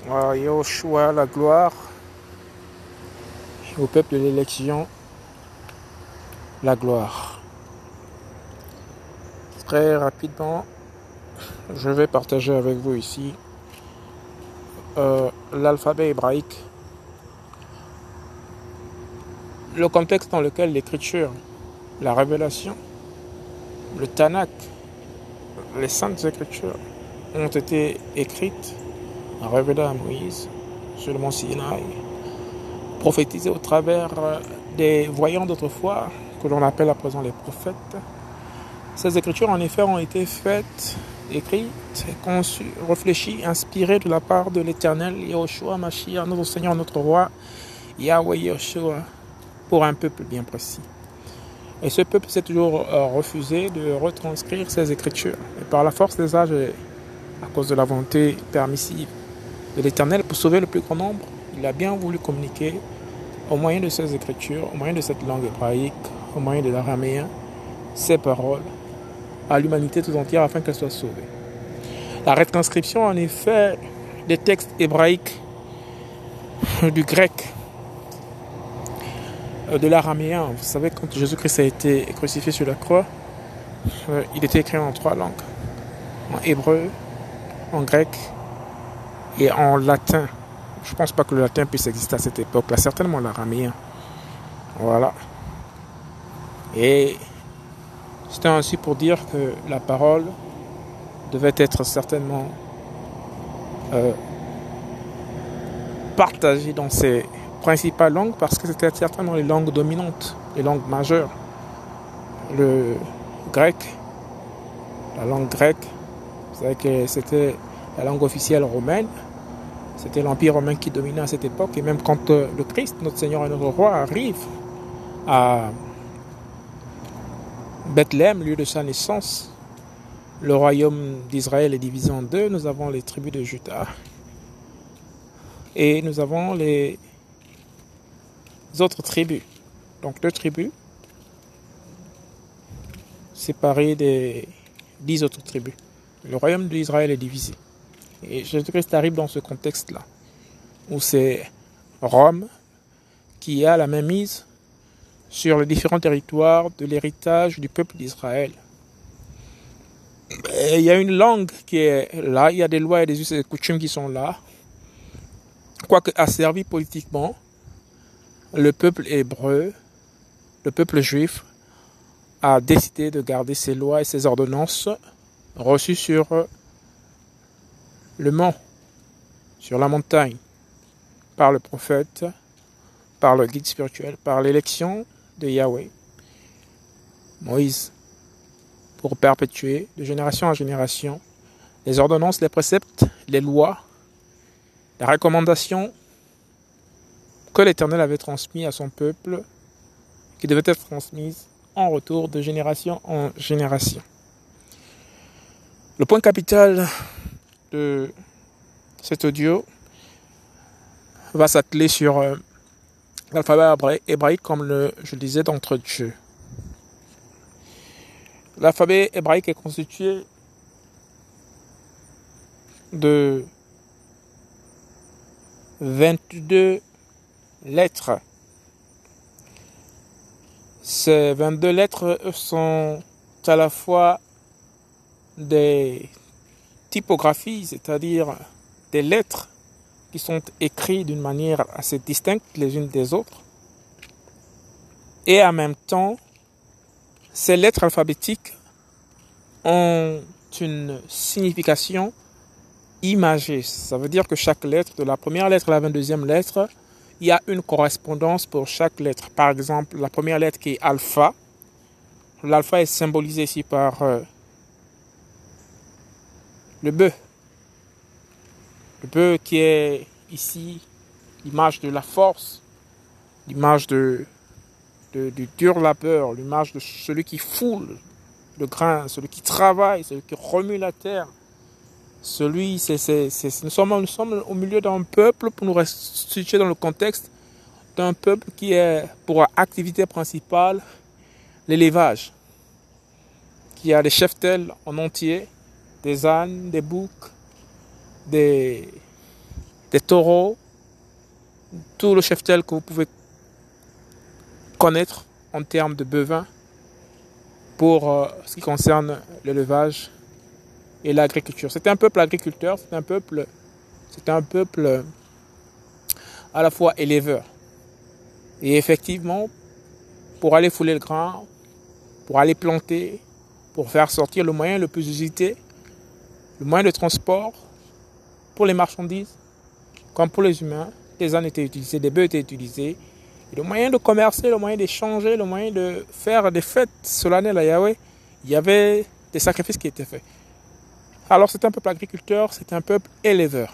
Yahushua, la gloire, au peuple de l'élection, la gloire. Très rapidement, je vais partager avec vous ici l'alphabet hébraïque, le contexte dans lequel l'écriture, la révélation, le Tanakh, les saintes écritures ont été écrites, révélées à Moïse sur le mont Sinaï, prophétisées au travers des voyants d'autrefois, que l'on appelle à présent les prophètes. Ces écritures, en effet, ont été faites, écrites, conçues, réfléchies, inspirées de la part de l'Éternel, Yahushua, Mashiach, notre Seigneur, notre Roi, Yahweh Yahushua, pour un peuple bien précis. Et ce peuple s'est toujours refusé de retranscrire ces écritures. Et par la force des âges, et à cause de la volonté permissive de l'Éternel pour sauver le plus grand nombre, il a bien voulu communiquer au moyen de ces écritures, au moyen de cette langue hébraïque, au moyen de l'araméen, ces paroles à l'humanité tout entière afin qu'elle soit sauvée. La retranscription, en effet, des textes hébraïques, du grec, de l'araméen. Vous savez, quand Jésus-Christ a été crucifié sur la croix, il était écrit en 3 langues. En hébreu, en grec et en latin. Je ne pense pas que le latin puisse exister à cette époque-là. Certainement l'araméen. Voilà. Et c'était ainsi pour dire que la parole devait être certainement partagée dans ses principales langues parce que c'était certainement les langues dominantes, les langues majeures. Le grec, la langue grecque, vous savez que c'était la langue officielle romaine. C'était l'Empire romain qui dominait à cette époque. Et même quand le Christ, notre Seigneur et notre Roi, arrive à Bethléem, lieu de sa naissance, le royaume d'Israël est divisé en 2. Nous avons les tribus de Juda et nous avons les autres tribus. Donc 2 tribus séparées des 10 autres tribus. Le royaume d'Israël est divisé. Et Jésus-Christ arrive dans ce contexte-là, où c'est Rome qui a la mainmise sur les différents territoires de l'héritage du peuple d'Israël. Et il y a une langue qui est là, il y a des lois et des us et des coutumes qui sont là, quoique asservi politiquement, le peuple hébreu, le peuple juif, a décidé de garder ses lois et ses ordonnances reçues sur le mont, sur la montagne, par le prophète, par le guide spirituel, par l'élection de Yahweh, Moïse, pour perpétuer de génération en génération les ordonnances, les préceptes, les lois, les recommandations que l'Éternel avait transmises à son peuple, qui devaient être transmises en retour de génération en génération. Le point capital de cet audio va s'atteler sur l'alphabet hébraïque, comme je le disais, d'entre Dieu. L'alphabet hébraïque est constitué de 22 lettres. Ces 22 lettres sont à la fois des typographies, c'est-à-dire des lettres qui sont écrites d'une manière assez distincte les unes des autres. Et en même temps, ces lettres alphabétiques ont une signification imagée. Ça veut dire que chaque lettre, de la première lettre à la 22e lettre, il y a une correspondance pour chaque lettre. Par exemple, la première lettre qui est alpha. L'alpha est symbolisé ici par le bœuf. Le bœuf qui est ici l'image de la force, l'image du dur labeur, l'image de celui qui foule le grain, celui qui travaille, celui qui remue la terre. Nous sommes au milieu d'un peuple, pour nous situer dans le contexte d'un peuple qui est pour activité principale l'élevage, qui a des cheptels en entier, des ânes, des boucs, des des taureaux, tout le cheptel que vous pouvez connaître en termes de bovins pour ce qui concerne l'élevage et l'agriculture. C'était un peuple agriculteur, c'était un peuple à la fois éleveur. Et effectivement, pour aller fouler le grain, pour aller planter, pour faire sortir le moyen le plus usité, le moyen de transport pour les marchandises, comme pour les humains, les ânes étaient utilisés, des bœufs étaient utilisés. Et le moyen de commercer, le moyen d'échanger, le moyen de faire des fêtes solennelles à Yahweh, il y avait des sacrifices qui étaient faits. Alors c'est un peuple agriculteur, c'est un peuple éleveur.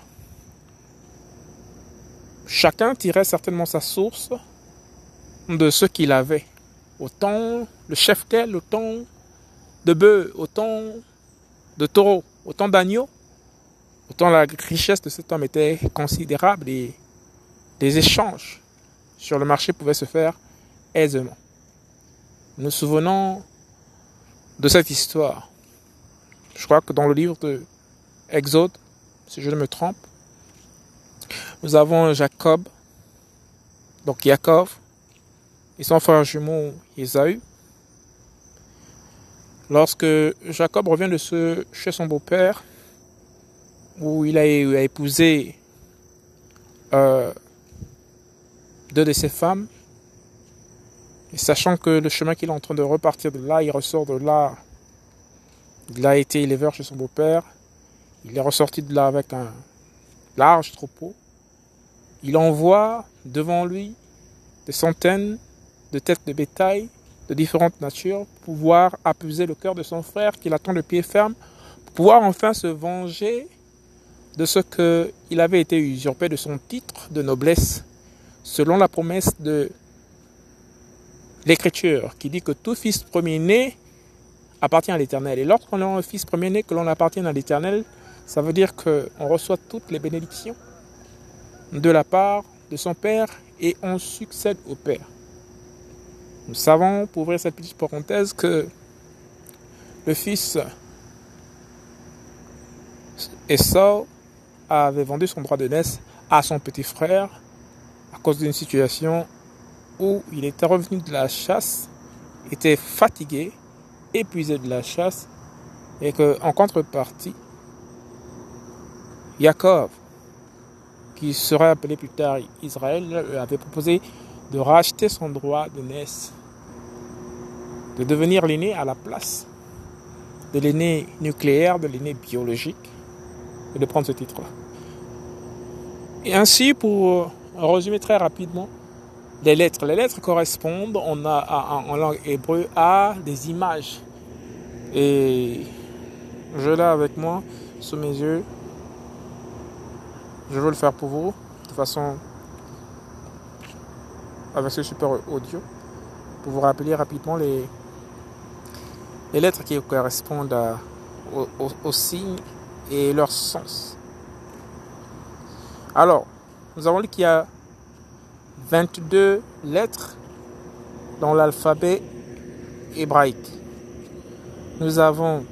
Chacun tirait certainement sa source de ce qu'il avait. Autant le cheptel, autant de bœufs, autant de taureaux, autant d'agneaux, autant la richesse de cet homme était considérable et des échanges sur le marché pouvaient se faire aisément. Nous nous souvenons de cette histoire. Je crois que dans le livre de Exode, si je ne me trompe, nous avons Jacob, donc Yaakov, et son frère jumeau Ésaü. Lorsque Jacob revient chez son beau-père, où il a épousé deux de ses femmes, et sachant que le chemin qu'il est en train de repartir de là, il ressort de là, il a été éleveur chez son beau-père, il est ressorti de là avec un large troupeau, il envoie devant lui des centaines de têtes de bétail de différentes natures pour pouvoir apaiser le cœur de son frère qui l'attend de pied ferme, pour pouvoir enfin se venger de ce qu'il avait été usurpé de son titre de noblesse, selon la promesse de l'Écriture, qui dit que tout fils premier-né appartient à l'Éternel. Et lorsqu'on a un fils premier-né, que l'on appartient à l'Éternel, ça veut dire qu'on reçoit toutes les bénédictions de la part de son Père et on succède au Père. Nous savons, pour ouvrir cette petite parenthèse, que le fils Esau avait vendu son droit de naissance à son petit frère à cause d'une situation où il était revenu de la chasse, était fatigué, épuisé de la chasse, et qu'en contrepartie, Jacob, qui serait appelé plus tard Israël, avait proposé de racheter son droit de naissance, de devenir l'aîné à la place de l'aîné nucléaire, de l'aîné biologique, et de prendre ce titre-là. Et ainsi, pour résumer très rapidement, les lettres correspondent en langue hébreu à des images. Et je l'ai avec moi, sous mes yeux. Je veux le faire pour vous, de façon avec ce super audio, pour vous rappeler rapidement les lettres qui correspondent aux signes et leur sens. Alors, nous avons lu qu'il y a 22 lettres dans l'alphabet hébraïque. Nous avons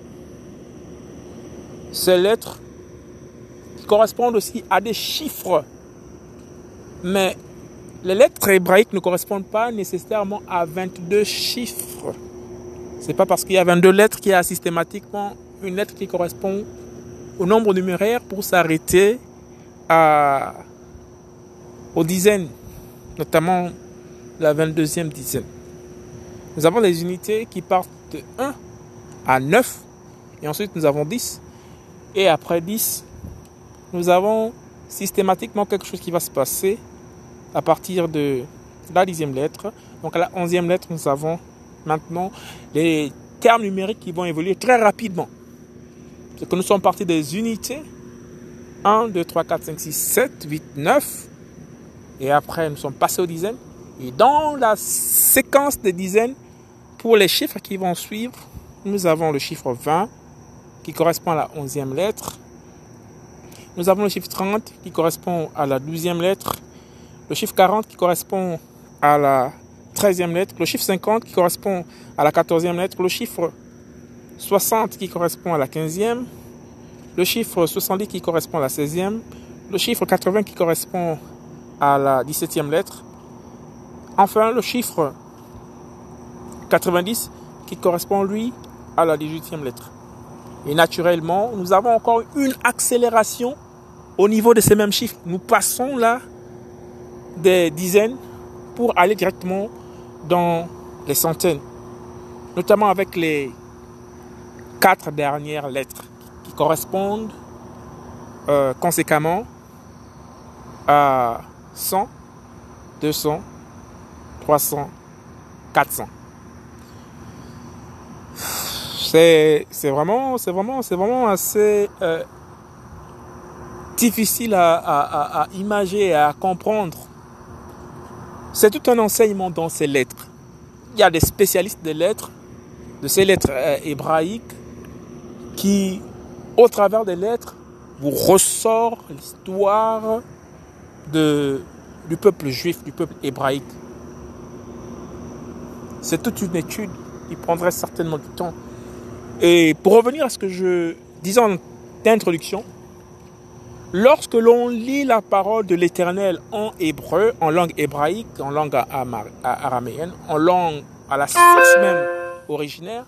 ces lettres qui correspondent aussi à des chiffres. Mais les lettres hébraïques ne correspondent pas nécessairement à 22 chiffres. C'est pas parce qu'il y a 22 lettres qu'il y a systématiquement une lettre qui correspond au nombre numéraire pour s'arrêter aux dizaines, notamment la 22e dizaine. Nous avons les unités qui partent de 1 à 9, et ensuite nous avons 10, et après 10, nous avons systématiquement quelque chose qui va se passer à partir de la 10e lettre. Donc à la 11e lettre, nous avons maintenant les termes numériques qui vont évoluer très rapidement. C'est que nous sommes partis des unités 1, 2, 3, 4, 5, 6, 7, 8, 9. Et après, nous sommes passés aux dizaines. Et dans la séquence des dizaines, pour les chiffres qui vont suivre, nous avons le chiffre 20 qui correspond à la 11e lettre. Nous avons le chiffre 30 qui correspond à la 12e lettre. Le chiffre 40 qui correspond à la 13e lettre. Le chiffre 50 qui correspond à la 14e lettre. Le chiffre 60 qui correspond à la 15e. Le chiffre 70 qui correspond à la 16e. le chiffre 80 qui correspond à la 17e lettre. Enfin, le chiffre 90 qui correspond, lui, à la 18e lettre. Et naturellement, nous avons encore une accélération au niveau de ces mêmes chiffres. Nous passons là des dizaines pour aller directement dans les centaines. Notamment avec les 4 dernières lettres qui correspondent conséquemment à 100, 200, 300, 400. C'est vraiment assez difficile à imager et à comprendre. C'est tout un enseignement dans ces lettres. Il y a des spécialistes des lettres, de ces lettres hébraïques, qui, au travers des lettres, vous ressort l'histoire du peuple juif, du peuple hébraïque. C'est toute une étude qui prendrait certainement du temps. Et pour revenir à ce que je disais en introduction, lorsque l'on lit la parole de l'Éternel en hébreu, en langue hébraïque, en langue araméenne, en langue à la source même originaire,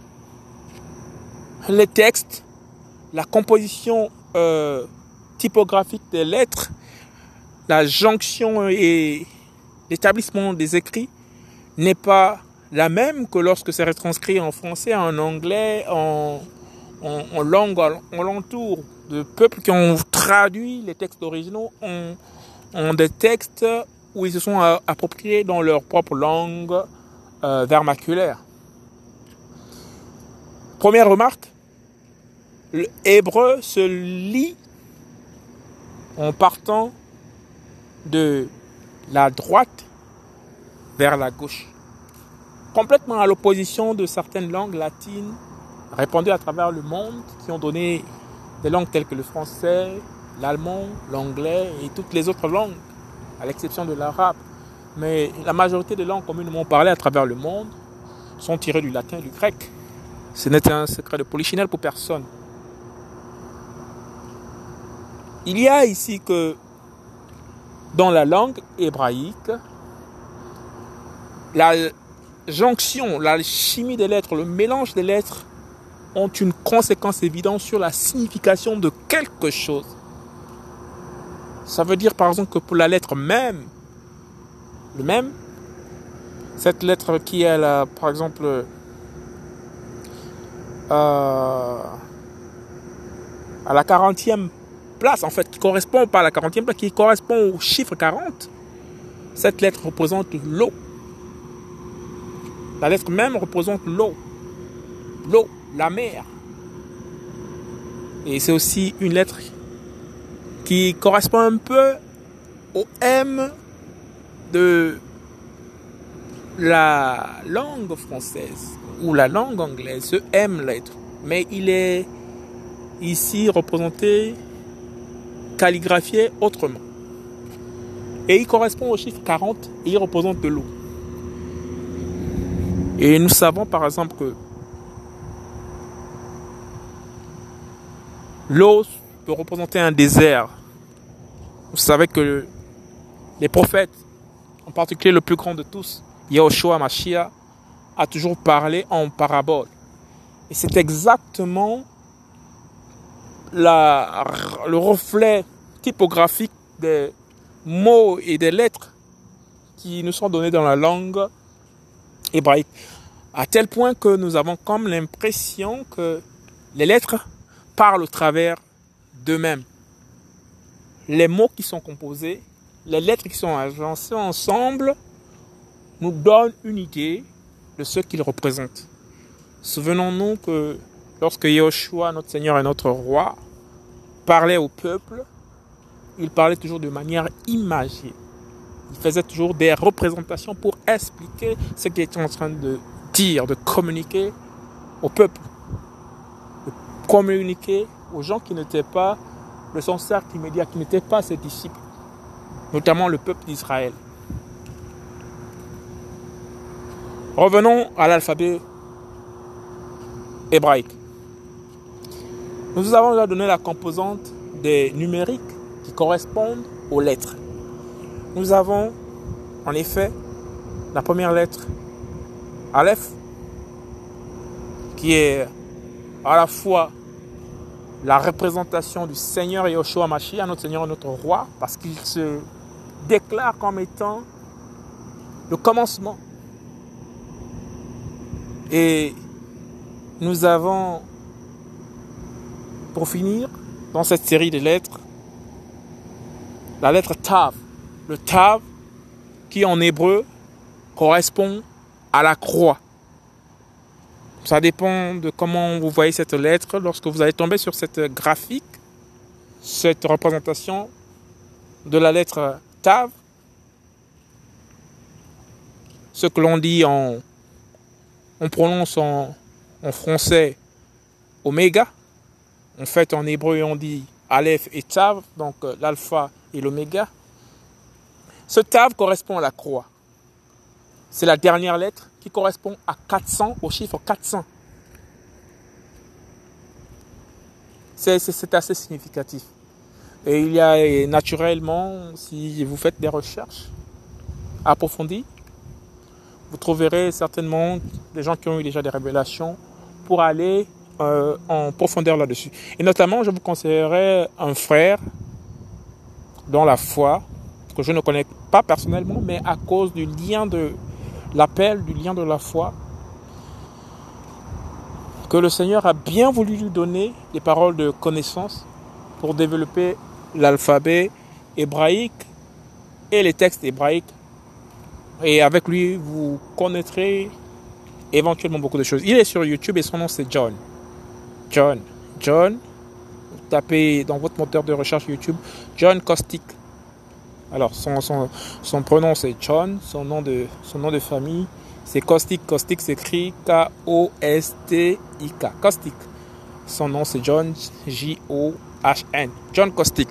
les textes, la composition typographique des lettres, la jonction et l'établissement des écrits n'est pas la même que lorsque c'est retranscrit en français, en anglais, en langue alentour, de peuples qui ont traduit les textes originaux en des textes où ils se sont appropriés dans leur propre langue vernaculaire. Première remarque, le hébreu se lit en partant de la droite vers la gauche, complètement à l'opposition de certaines langues latines répandues à travers le monde qui ont donné des langues telles que le français, l'allemand, l'anglais et toutes les autres langues, à l'exception de l'arabe. Mais la majorité des langues communément parlées à travers le monde sont tirées du latin et du grec. Ce n'est un secret de polichinelle pour personne. Il y a ici que dans la langue hébraïque, la jonction, l'alchimie des lettres, le mélange des lettres ont une conséquence évidente sur la signification de quelque chose. Ça veut dire par exemple que pour la lettre même, le même, cette lettre qui est là, par exemple à la 40e place, en fait, qui correspond pas à la 40e place, qui correspond au chiffre 40, cette lettre représente l'eau. La lettre même représente l'eau. L'eau, la mer. Et c'est aussi une lettre qui correspond un peu au M de la langue française ou la langue anglaise, ce M lettre. Mais il est ici représenté, calligraphié autrement. Et il correspond au chiffre 40 et il représente de l'eau. Et nous savons par exemple que l'eau peut représenter un désert. Vous savez que les prophètes, en particulier le plus grand de tous, Yahushua Mashiach, a toujours parlé en parabole. Et c'est exactement le reflet typographique des mots et des lettres qui nous sont donnés dans la langue hébraïque. À tel point que nous avons comme l'impression que les lettres parlent au travers d'eux-mêmes. Les mots qui sont composés, les lettres qui sont agencées ensemble nous donnent une idée de ce qu'ils représentent. Souvenons-nous que lorsque Yahushua, notre Seigneur et notre Roi, parlait au peuple, il parlait toujours de manière imagée. Il faisait toujours des représentations pour expliquer ce qu'il était en train de dire, de communiquer au peuple, de communiquer aux gens qui n'étaient pas de son cercle immédiat, qui n'étaient pas ses disciples, notamment le peuple d'Israël. Revenons à l'alphabet hébraïque. Nous avons déjà donné la composante des numériques qui correspondent aux lettres. Nous avons en effet la première lettre, Aleph, qui est à la fois la représentation du Seigneur Yahushua Mashiach, notre Seigneur et notre Roi, parce qu'il se déclare comme étant le commencement. Et nous avons, pour finir, dans cette série de lettres, la lettre Tav. Le Tav qui en hébreu correspond à la croix. Ça dépend de comment vous voyez cette lettre. Lorsque vous allez tomber sur cette graphique, cette représentation de la lettre Tav, ce que l'on dit on prononce en français Oméga. En fait, en hébreu, on dit Aleph et Tav, donc l'alpha et l'oméga. Ce Tav correspond à la croix. C'est la dernière lettre qui correspond à 400, au chiffre 400. C'est assez significatif. Et il y a naturellement, si vous faites des recherches approfondies, vous trouverez certainement des gens qui ont eu déjà des révélations pour aller en profondeur là-dessus. Et notamment, je vous conseillerais un frère dans la foi, que je ne connais pas personnellement, mais à cause du lien de l'appel, du lien de la foi, que le Seigneur a bien voulu lui donner des paroles de connaissance pour développer l'alphabet hébraïque et les textes hébraïques. Et avec lui, vous connaîtrez éventuellement beaucoup de choses. Il est sur YouTube et son nom c'est John. John. Vous tapez dans votre moteur de recherche YouTube John Caustic. Alors son prénom c'est John, son nom de famille c'est Caustic. Caustic s'écrit K-O-S-T-I-K. Caustic. Son nom c'est John, J-O-H-N. John Caustic.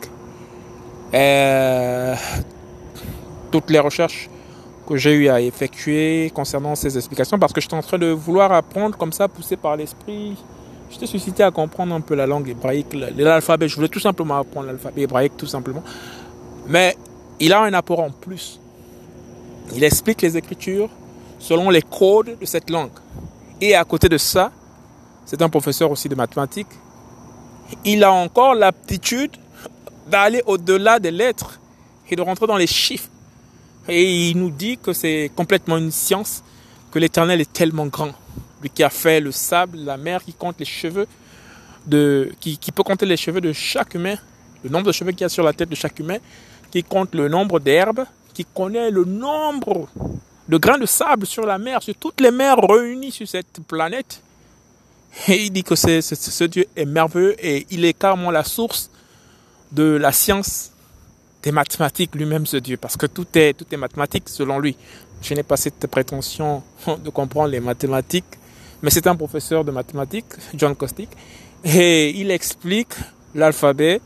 Toutes les recherches que j'ai eu à effectuer concernant ces explications, parce que j'étais en train de vouloir apprendre comme ça, poussé par l'esprit. J'étais suscité à comprendre un peu la langue hébraïque, l'alphabet. Je voulais tout simplement apprendre l'alphabet hébraïque, tout simplement. Mais il a un apport en plus. Il explique les Écritures selon les codes de cette langue. Et à côté de ça, c'est un professeur aussi de mathématiques. Il a encore l'aptitude d'aller au-delà des lettres et de rentrer dans les chiffres. Et il nous dit que c'est complètement une science, que l'Éternel est tellement grand. Lui qui a fait le sable, la mer, qui compte les cheveux, qui peut compter les cheveux de chaque humain, le nombre de cheveux qu'il y a sur la tête de chaque humain, qui compte le nombre d'herbes, qui connaît le nombre de grains de sable sur la mer, sur toutes les mers réunies sur cette planète. Et il dit que ce Dieu est merveilleux et il est carrément la source de la science des mathématiques lui-même, ce Dieu, parce que tout est mathématique selon lui. Je n'ai pas cette prétention de comprendre les mathématiques, mais c'est un professeur de mathématiques, John Caustic, et il explique l'alphabet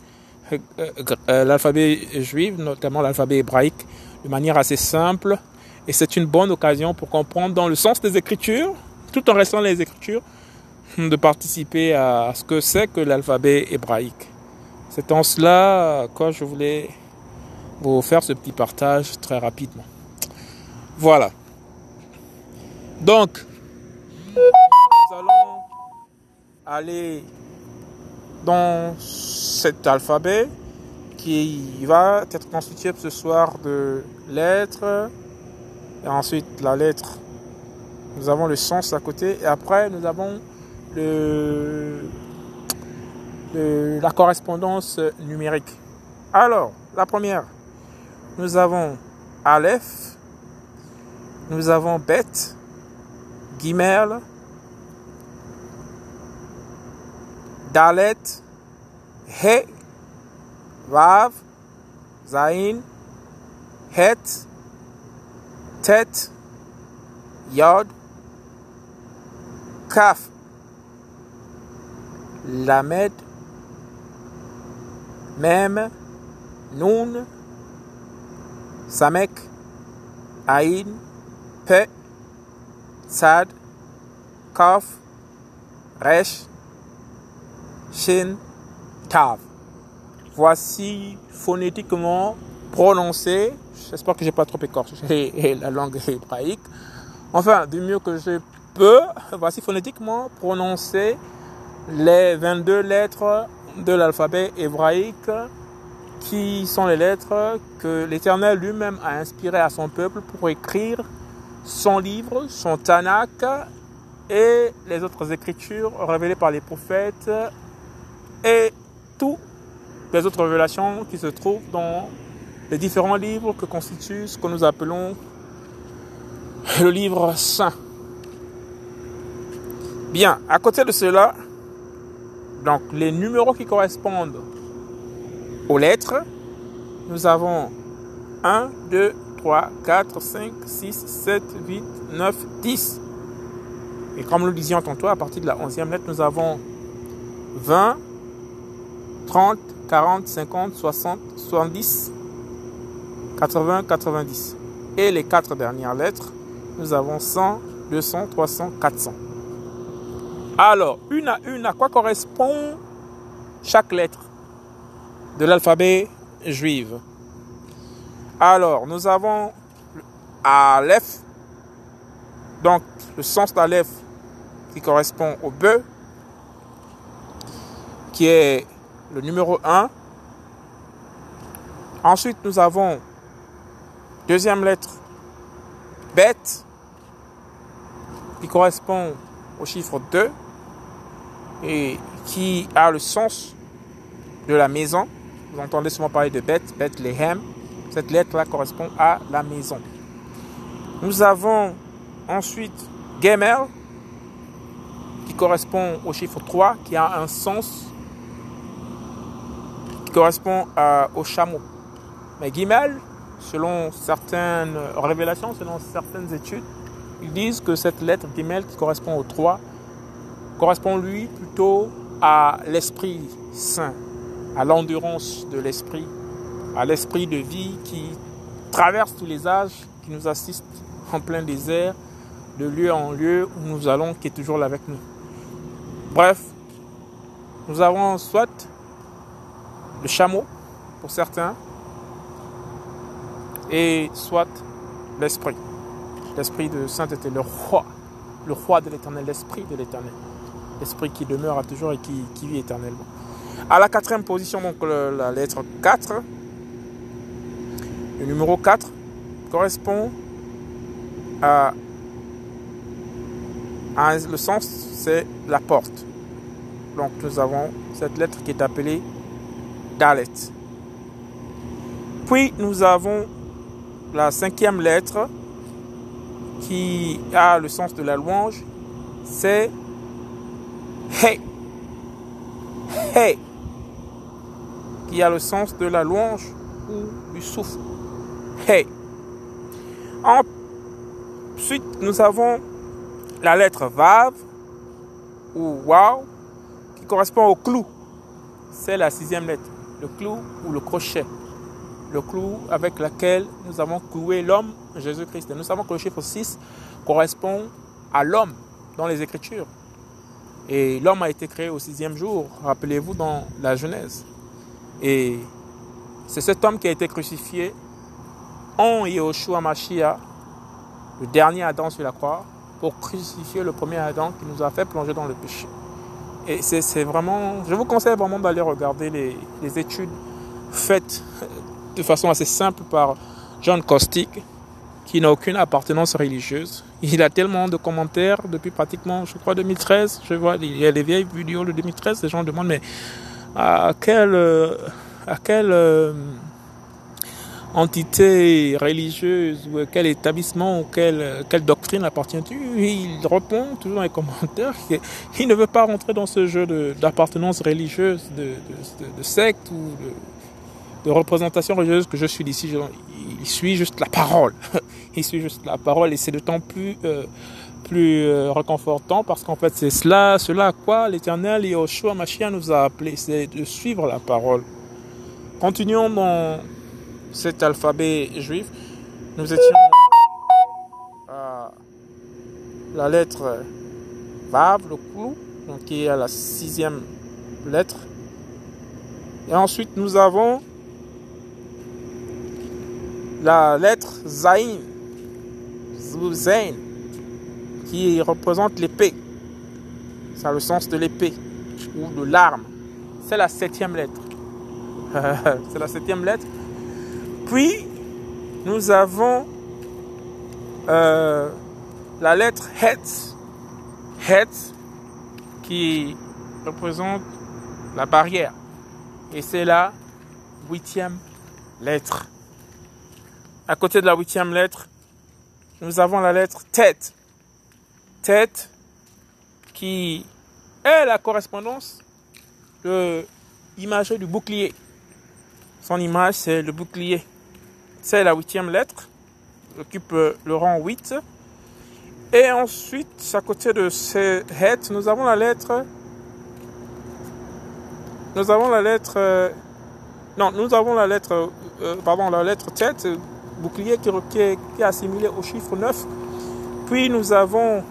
juif, notamment l'alphabet hébraïque, de manière assez simple, et c'est une bonne occasion pour comprendre dans le sens des Écritures, tout en restant dans les Écritures, de participer à ce que c'est que l'alphabet hébraïque. C'est en cela que je voulais vous faire ce petit partage très rapidement. Voilà. Donc, nous allons aller dans cet alphabet qui va être constitué ce soir de lettres. Et ensuite, la lettre, nous avons le sens à côté. Et après, nous avons la correspondance numérique. Alors, la première, nous avons Aleph, nous avons Bet, Gimel, Dalet, He, Vav, Zain, Het, Tet, Yod, Kaf, Lamed, Mem, Nun, Samek, Aïn, Pe, Sad, Kaf, Resh, Shin, Tav. voici phonétiquement prononcé, j'espère que je n'ai pas trop écorché la langue hébraïque, enfin du mieux que je peux, voici phonétiquement prononcé les 22 lettres de l'alphabet hébraïque qui sont les lettres que l'Éternel lui-même a inspirées à son peuple pour écrire son livre, son Tanakh et les autres écritures révélées par les prophètes et toutes les autres révélations qui se trouvent dans les différents livres que constituent ce que nous appelons le livre saint. Bien, à côté de cela, donc les numéros qui correspondent aux lettres, nous avons 1, 2, 3, 4, 5, 6, 7, 8, 9, 10. Et comme nous le disions tantôt, à partir de la 11e lettre, nous avons 20, 30, 40, 50, 60, 70, 80, 90. Et les 4 dernières lettres, nous avons 100, 200, 300, 400. Alors, une à une, à quoi correspond chaque lettre de l'alphabet juif? Alors, nous avons Aleph, donc le sens d'Aleph qui correspond au bœuf, qui est le numéro 1. Ensuite, nous avons deuxième lettre Bet, qui correspond au chiffre 2 et qui a le sens de la maison. Vous entendez souvent parler de Bethléem. Cette lettre-là correspond à la maison. Nous avons ensuite Gemel, qui correspond au chiffre 3, qui a un sens qui correspond au chameau. Mais Gimel, selon certaines révélations, selon certaines études, ils disent que cette lettre Gimel qui correspond au 3 correspond lui plutôt à l'Esprit Saint, à l'endurance de l'Esprit, à l'Esprit de vie qui traverse tous les âges, qui nous assiste en plein désert, de lieu en lieu où nous allons, qui est toujours là avec nous. Bref, nous avons soit le chameau pour certains, et soit l'Esprit. L'Esprit de sainteté, le roi de l'Éternel, l'Esprit de l'Éternel. L'Esprit qui demeure à toujours et qui vit éternellement. À la 4e position, donc la lettre 4, le numéro 4 correspond à le sens, c'est la porte. Donc nous avons cette lettre qui est appelée Dalet. Puis nous avons la 5e lettre qui a le sens de la louange, c'est Hey. Hey, qui a le sens de la louange ou du souffle. Hey. Ensuite, nous avons la lettre Vav ou Wow qui correspond au clou. C'est la 6e lettre, le clou ou le crochet. Le clou avec lequel nous avons cloué l'homme, Jésus-Christ. Et nous savons que le chiffre 6 correspond à l'homme dans les Écritures. Et l'homme a été créé au 6e jour, rappelez-vous, dans la Genèse. Et c'est cet homme qui a été crucifié en Yahushua Mashiach, le dernier Adam sur la croix, pour crucifier le premier Adam qui nous a fait plonger dans le péché. Et c'est vraiment, je vous conseille vraiment d'aller regarder les études faites de façon assez simple par John Kostick, qui n'a aucune appartenance religieuse. Il a tellement de commentaires depuis pratiquement, je crois, 2013. Je vois, il y a des vieilles vidéos de 2013. Les gens demandent, mais à quelle entité religieuse ou quel établissement ou quelle doctrine appartient-tu? Il répond toujours dans les commentaires qu'il ne veut pas rentrer dans ce jeu d'appartenance religieuse, de secte ou de représentation religieuse que je suis d'ici. Il suit juste la parole. Il suit juste la parole et c'est d'autant plus réconfortant parce qu'en fait c'est cela à quoi l'Éternel Yahushua Mashiach nous a appelés, c'est de suivre la parole. Continuons dans cet alphabet juif. Nous étions à la lettre Vav, le clou, donc qui est à la 6e lettre. Et ensuite, nous avons la lettre Zayn, Zayn, qui représente l'épée. Ça a le sens de l'épée ou de l'arme. C'est la 7e lettre. C'est la 7e lettre. Puis, nous avons la lettre Het. Het, qui représente la barrière. Et c'est la 8e lettre. À côté de la 8e lettre, nous avons la lettre Tet. Tet, qui est la correspondance de l'image du bouclier. Son image, c'est le bouclier. C'est la 8e lettre, occupe le rang 8. Et ensuite, à côté de ce Het, nous avons la lettre tête, bouclier qui est assimilé au chiffre 9. Puis nous avons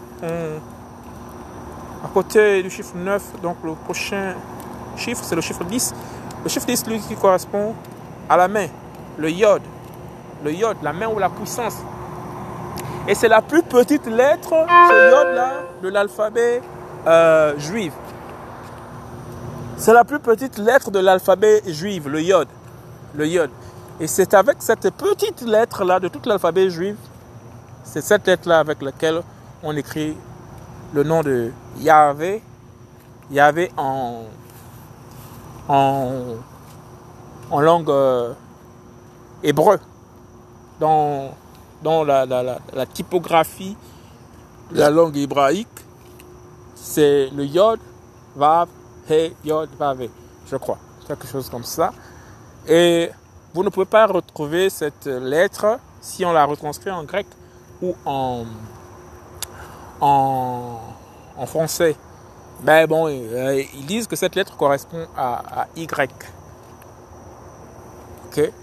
à côté du chiffre 9, donc le prochain chiffre, c'est le chiffre 10. Le chiffre 10, lui, qui correspond à la main, le yod, la main ou la puissance. Et c'est la plus petite lettre, ce yod-là, de l'alphabet juif. C'est la plus petite lettre de l'alphabet juif, le yod. Et c'est avec cette petite lettre-là de tout l'alphabet juif, c'est cette lettre-là avec laquelle on écrit le nom de Yahvé. Yahvé en langue hébreu. Dans la typographie de la langue hébraïque, c'est le yod, vav, he, yod, vav, je crois. Quelque chose comme ça. Et vous ne pouvez pas retrouver cette lettre si on la retranscrit en grec ou en français. Ben bon, ils disent que cette lettre correspond à Y. Ok?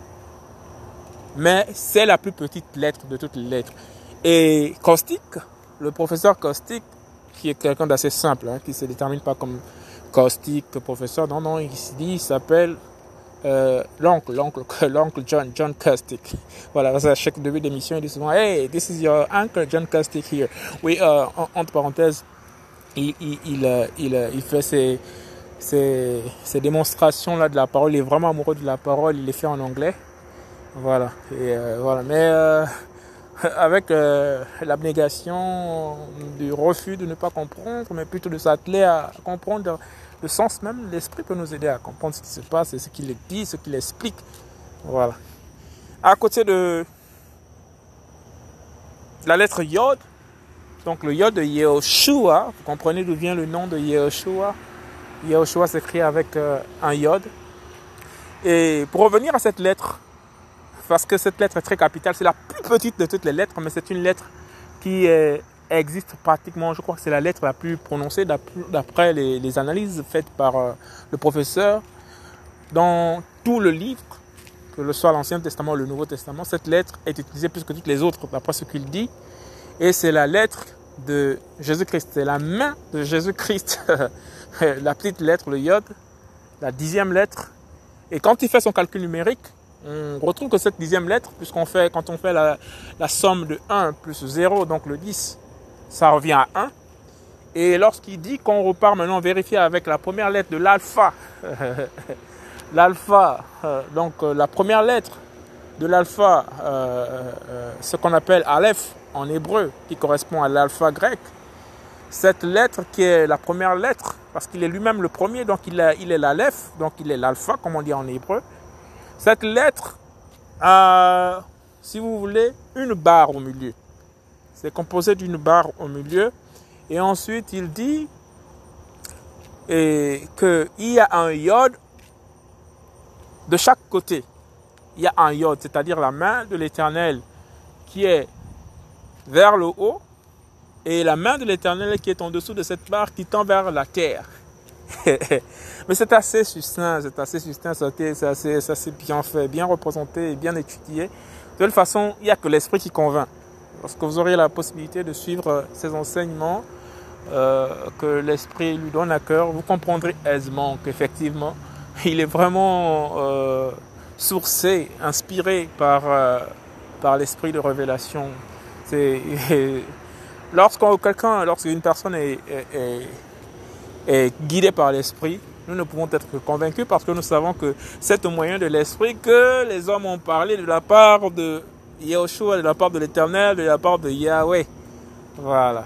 Mais c'est la plus petite lettre de toutes les lettres. Et Caustic, le professeur Caustic, qui est quelqu'un d'assez simple, qui ne se détermine pas comme Caustic, professeur, non, il s'appelle l'oncle John Caustic. Voilà, à chaque début d'émission, il dit souvent, hey, this is your uncle John Caustic here. Oui, entre parenthèses, il fait ses démonstrations là de la parole. Il est vraiment amoureux de la parole. Il les fait en anglais. Voilà. Et voilà. Mais avec l'abnégation du refus de ne pas comprendre, mais plutôt de s'atteler à comprendre le sens même, l'esprit peut nous aider à comprendre ce qui se passe et ce qu'il dit, ce qu'il explique. Voilà. À côté de la lettre Yod, donc le Yod de Yehoshua, vous comprenez d'où vient le nom de Yehoshua. Yehoshua s'écrit avec un Yod. Et pour revenir à cette lettre, parce que cette lettre est très capitale, c'est la plus petite de toutes les lettres, mais c'est une lettre qui existe pratiquement, je crois que c'est la lettre la plus prononcée d'après les analyses faites par le professeur. Dans tout le livre, que ce soit l'Ancien Testament ou le Nouveau Testament, cette lettre est utilisée plus que toutes les autres, d'après ce qu'il dit. Et c'est la lettre de Jésus-Christ, c'est la main de Jésus-Christ. La petite lettre, le Yod, la 10e lettre. Et quand il fait son calcul numérique, on retrouve que cette 10e lettre, quand on fait la somme de 1 plus 0, donc le 10, ça revient à 1. Et lorsqu'il dit qu'on repart maintenant vérifier avec la première lettre de l'alpha, donc la première lettre de l'alpha, ce qu'on appelle Aleph en hébreu, qui correspond à l'alpha grec, cette lettre qui est la première lettre, parce qu'il est lui-même le premier, donc il est l'Aleph, donc il est l'alpha, comme on dit en hébreu. Cette lettre a, si vous voulez, une barre au milieu. C'est composé d'une barre au milieu. Et ensuite, il dit qu'il y a un yod de chaque côté. Il y a un yod, c'est-à-dire la main de l'Éternel qui est vers le haut et la main de l'Éternel qui est en dessous de cette barre qui tend vers la terre. Mais c'est assez succinct, c'est assez bien fait, bien représenté et bien étudié. De toute façon, il n'y a que l'esprit qui convainc. Lorsque vous aurez la possibilité de suivre ces enseignements que l'esprit lui donne à cœur, vous comprendrez aisément qu'effectivement, il est vraiment sourcé, inspiré par l'esprit de révélation. C'est, lorsqu'une personne est guidée par l'esprit, nous ne pouvons être que convaincus parce que nous savons que c'est au moyen de l'esprit que les hommes ont parlé de la part de Yahushua, de la part de l'Éternel, de la part de Yahweh. Voilà.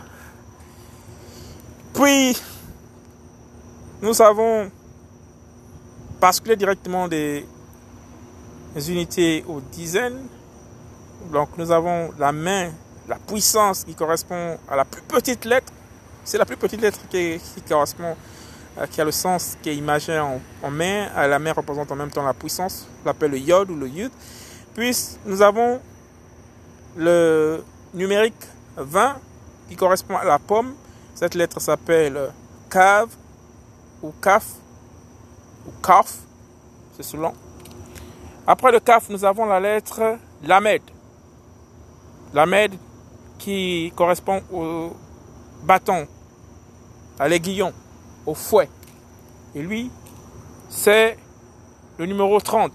Puis, nous avons basculé directement des unités aux dizaines. Donc, nous avons la main, la puissance qui correspond à la plus petite lettre. C'est la plus petite lettre qui correspond, qui a le sens qui est imagé en main. La main représente en même temps la puissance. On l'appelle le yod ou le yud. Puis, nous avons le numérique 20 qui correspond à la pomme. Cette lettre s'appelle Kav ou Kaf ou Kaf, c'est selon. Après le Kaf, nous avons la lettre Lamed. Lamed qui correspond au bâton, à l'aiguillon, au fouet. Et lui, c'est le numéro 30.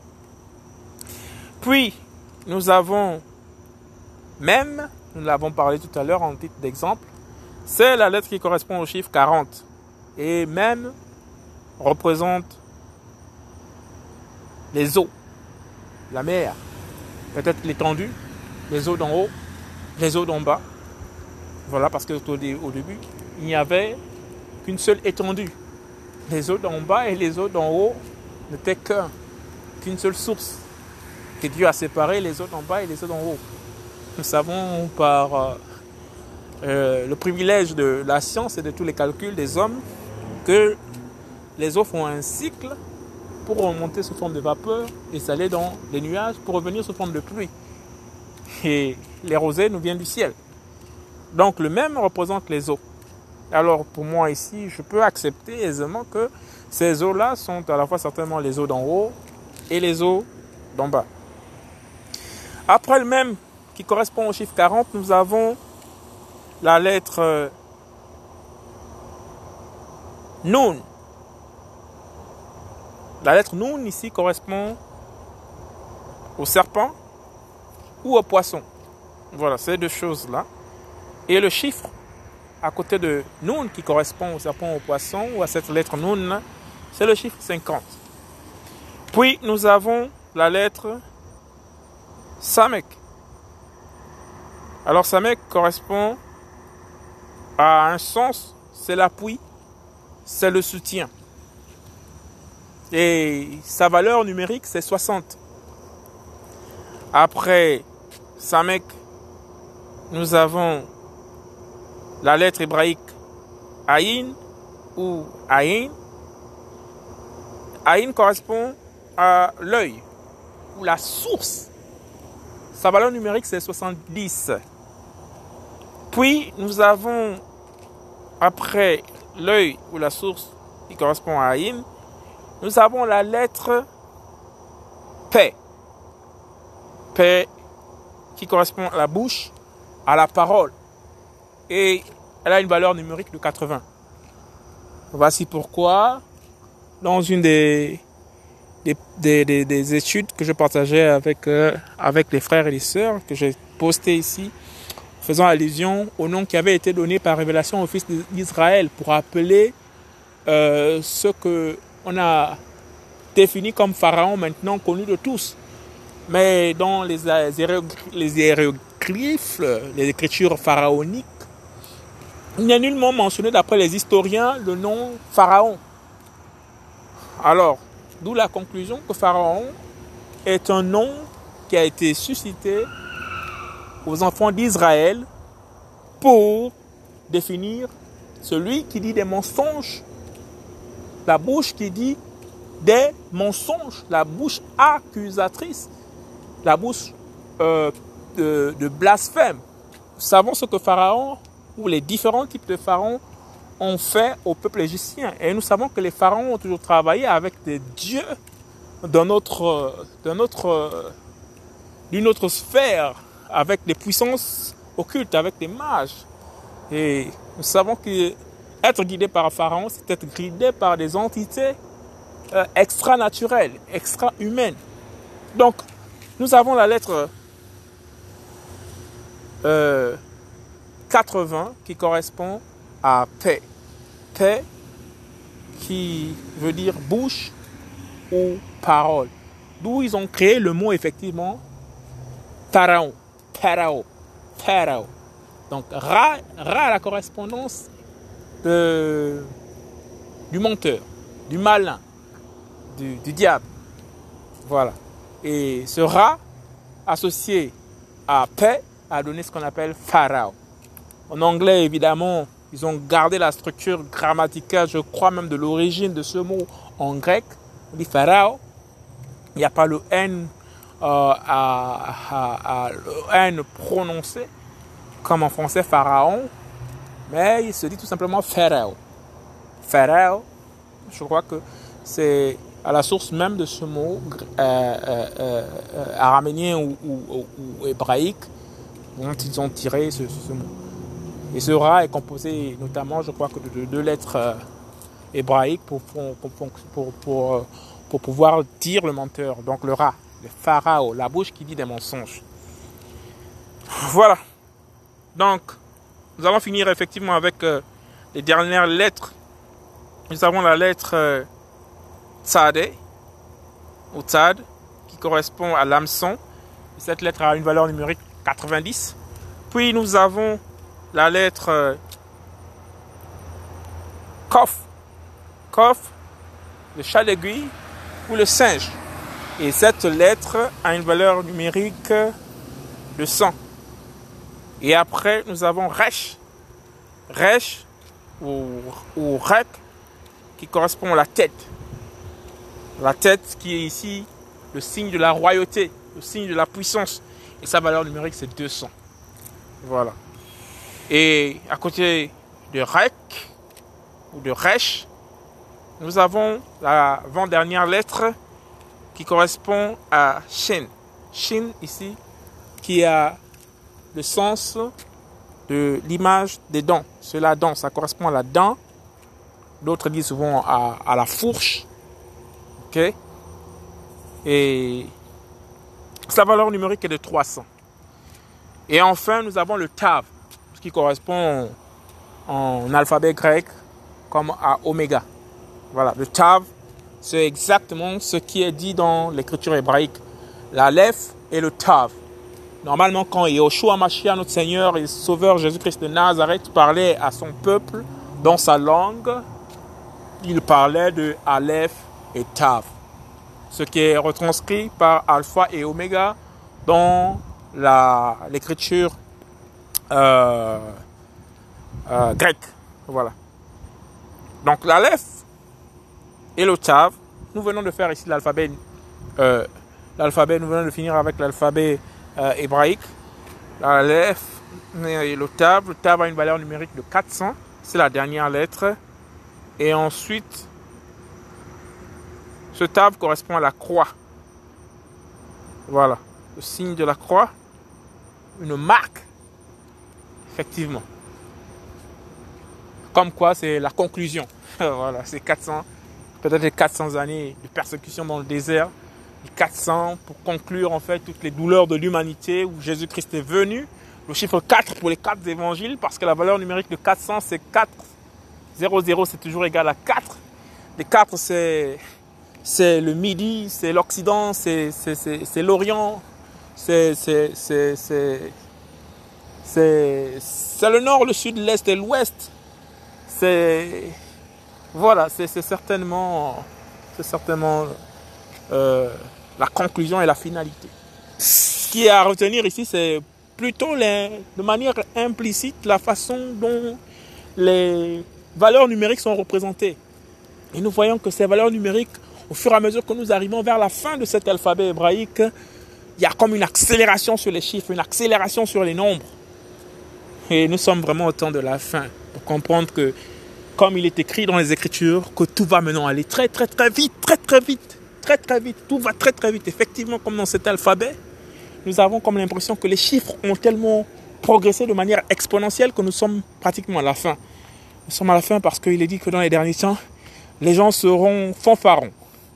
Puis, nous avons Même, nous l'avons parlé tout à l'heure en titre d'exemple, c'est la lettre qui correspond au chiffre 40. Et même représente les eaux, la mer, peut-être l'étendue, les eaux d'en haut, les eaux d'en bas. Voilà, parce qu'au début, il n'y avait qu'une seule étendue. Les eaux d'en bas et les eaux d'en haut n'étaient qu'une seule source. Que Dieu a séparé les eaux d'en bas et les eaux d'en haut. Nous savons par le privilège de la science et de tous les calculs des hommes que les eaux font un cycle pour remonter sous forme de vapeur et s'aller dans les nuages pour revenir sous forme de pluie. Et les rosées nous viennent du ciel. Donc le même représente les eaux. Alors pour moi ici, je peux accepter aisément que ces eaux-là sont à la fois certainement les eaux d'en haut et les eaux d'en bas. Après le même qui correspond au chiffre 40, nous avons la lettre Nun. La lettre Nun ici correspond au serpent ou au poisson. Voilà, ces deux choses-là. Et le chiffre à côté de Nun qui correspond au serpent ou au poisson ou à cette lettre Nun, c'est le chiffre 50. Puis nous avons la lettre Samek. Alors Samek correspond à un sens, c'est l'appui, c'est le soutien. Et sa valeur numérique, c'est 60. Après Samek, nous avons la lettre hébraïque Aïn ou Aïn. Aïn correspond à l'œil ou la source. Sa valeur numérique, c'est 70. Puis, nous avons, après l'œil ou la source qui correspond à Aïn, nous avons la lettre P. P qui correspond à la bouche, à la parole. Et elle a une valeur numérique de 80. Voici pourquoi, dans une des études que je partageais avec les frères et les sœurs, que j'ai postées ici, faisant allusion au nom qui avait été donné par révélation au fils d'Israël pour appeler ce qu'on a défini comme Pharaon, maintenant connu de tous. Mais dans les hiéroglyphes, les écritures pharaoniques, il n'y a nullement mentionné d'après les historiens le nom Pharaon. Alors, d'où la conclusion que Pharaon est un nom qui a été suscité aux enfants d'Israël pour définir celui qui dit des mensonges, la bouche qui dit des mensonges, la bouche accusatrice, la bouche de blasphème. Nous savons ce que Pharaon ou les différents types de pharaons ont fait au peuple égyptien. Et nous savons que les pharaons ont toujours travaillé avec des dieux d'une autre sphère, avec des puissances occultes, avec des mages. Et nous savons que être guidé par un pharaon, c'est être guidé par des entités extra-naturelle, extra-humaine. Donc, nous avons la lettre 80 qui correspond à paix. Paix qui veut dire bouche ou parole. D'où ils ont créé le mot effectivement Tarao. Tarao. Tarao. Donc Ra a la correspondance du menteur, du malin, du diable. Voilà. Et ce Ra associé à paix a donné ce qu'on appelle Pharaon. En anglais, évidemment, ils ont gardé la structure grammaticale, je crois même de l'origine de ce mot en grec. On dit Pharaon. Il n'y a pas le N, le N prononcé, comme en français Pharaon, mais il se dit tout simplement Pharaon. Pharaon, je crois que c'est à la source même de ce mot araménien ou hébraïque dont ils ont tiré ce mot. Et ce Ra est composé notamment, je crois, que de deux lettres hébraïques pour pouvoir dire le menteur. Donc le Ra, le Pharaon, la bouche qui dit des mensonges. Voilà. Donc, nous allons finir effectivement avec les dernières lettres. Nous avons la lettre Tzadé, ou Tzad, qui correspond à l'hameçon. Cette lettre a une valeur numérique 90. Puis nous avons la lettre Kof. Kof, le chat d'aiguille ou le singe. Et cette lettre a une valeur numérique de 100. Et après, nous avons Resh. Resh ou Rek, qui correspond à la tête. La tête qui est ici le signe de la royauté, le signe de la puissance. Et sa valeur numérique, c'est 200. Voilà. Et à côté de Rek ou de Resh, nous avons la avant-dernière lettre qui correspond à Shin. Shin ici, qui a le sens de l'image des dents. C'est la dent, ça correspond à la dent. D'autres disent souvent à la fourche. Ok? Et sa valeur numérique est de 300. Et enfin, nous avons le Tav, ce qui correspond en alphabet grec comme à oméga. Voilà, le Tav, c'est exactement ce qui est dit dans l'écriture hébraïque. L'Aleph et le Tav. Normalement, quand Yahushua Mashiach, notre Seigneur et Sauveur Jésus-Christ de Nazareth, parlait à son peuple dans sa langue, il parlait de Aleph et Tav. Ce qui est retranscrit par Alpha et Oméga dans l'écriture grecque. Voilà. Donc l'Aleph et le Tav, nous venons de faire ici l'alphabet. Nous venons de finir avec l'alphabet hébraïque. L'Aleph et le Tav. Le Tav a une valeur numérique de 400. C'est la dernière lettre. Et ensuite, ce Tav correspond à la croix. Voilà. Le signe de la croix. Une marque. Effectivement. Comme quoi, c'est la conclusion. Voilà, c'est 400. Peut-être les 400 années de persécution dans le désert. Les 400 pour conclure en fait toutes les douleurs de l'humanité où Jésus-Christ est venu. Le chiffre 4 pour les 4 évangiles parce que la valeur numérique de 400 c'est 4. 00 c'est toujours égal à 4. Les 4 c'est le midi, c'est l'Occident, c'est l'Orient, c'est le nord, le sud, l'est et l'ouest. Voilà, c'est certainement la conclusion et la finalité. Ce qui est à retenir ici, c'est plutôt de manière implicite la façon dont les valeurs numériques sont représentées. Et nous voyons que ces valeurs numériques, au fur et à mesure que nous arrivons vers la fin de cet alphabet hébraïque, il y a comme une accélération sur les chiffres, une accélération sur les nombres. Et nous sommes vraiment au temps de la fin pour comprendre que, comme il est écrit dans les Écritures, que tout va maintenant aller très très très vite, tout va très très vite. Effectivement, comme dans cet alphabet, nous avons comme l'impression que les chiffres ont tellement progressé de manière exponentielle que nous sommes pratiquement à la fin. Nous sommes à la fin parce qu'il est dit que dans les derniers temps, les gens seront fanfarons.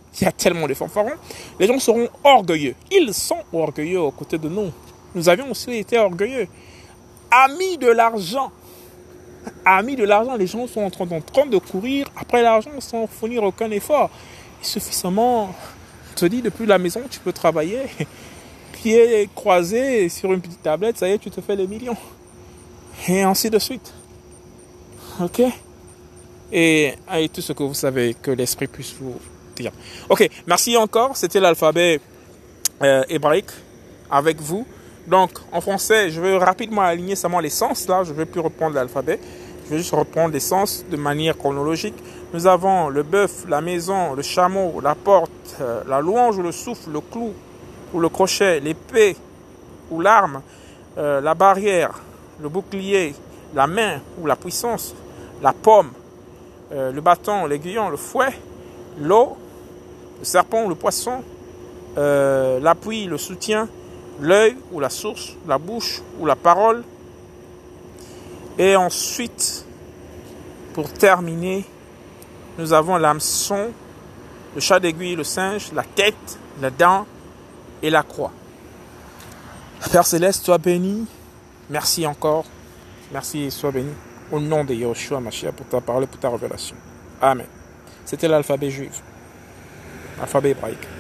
il y a tellement de fanfarons, les gens seront orgueilleux. Ils sont orgueilleux aux côtés de nous. Nous avions aussi été orgueilleux. Amis de l'argent. Amis de l'argent, les gens sont en train de courir après l'argent sans fournir aucun effort. Il suffit seulement, on te dit, depuis la maison, tu peux travailler, pieds croisés sur une petite tablette, ça y est, tu te fais les millions. Et ainsi de suite. Ok? Et tout ce que vous savez, que l'esprit puisse vous dire. Ok, merci encore. C'était l'alphabet hébraïque avec vous. Donc, en français, je vais rapidement aligner seulement les sens. Là, je ne vais plus reprendre l'alphabet. Je vais juste reprendre les sens de manière chronologique. Nous avons le bœuf, la maison, le chameau, la porte, la louange ou le souffle, le clou ou le crochet, l'épée ou l'arme, la barrière, le bouclier, la main ou la puissance, la pomme, le bâton, l'aiguillon, le fouet, l'eau, le serpent ou le poisson, l'appui, le soutien, l'œil ou la source, la bouche ou la parole. Et ensuite, pour terminer, nous avons l'hameçon, le chat d'aiguille, le singe, la tête, la dent et la croix. Père Céleste, sois béni. Merci encore. Merci et sois béni. Au nom de Yahushua Mashiach pour ta parole et pour ta révélation. Amen. C'était l'alphabet juif. Alphabet hébraïque.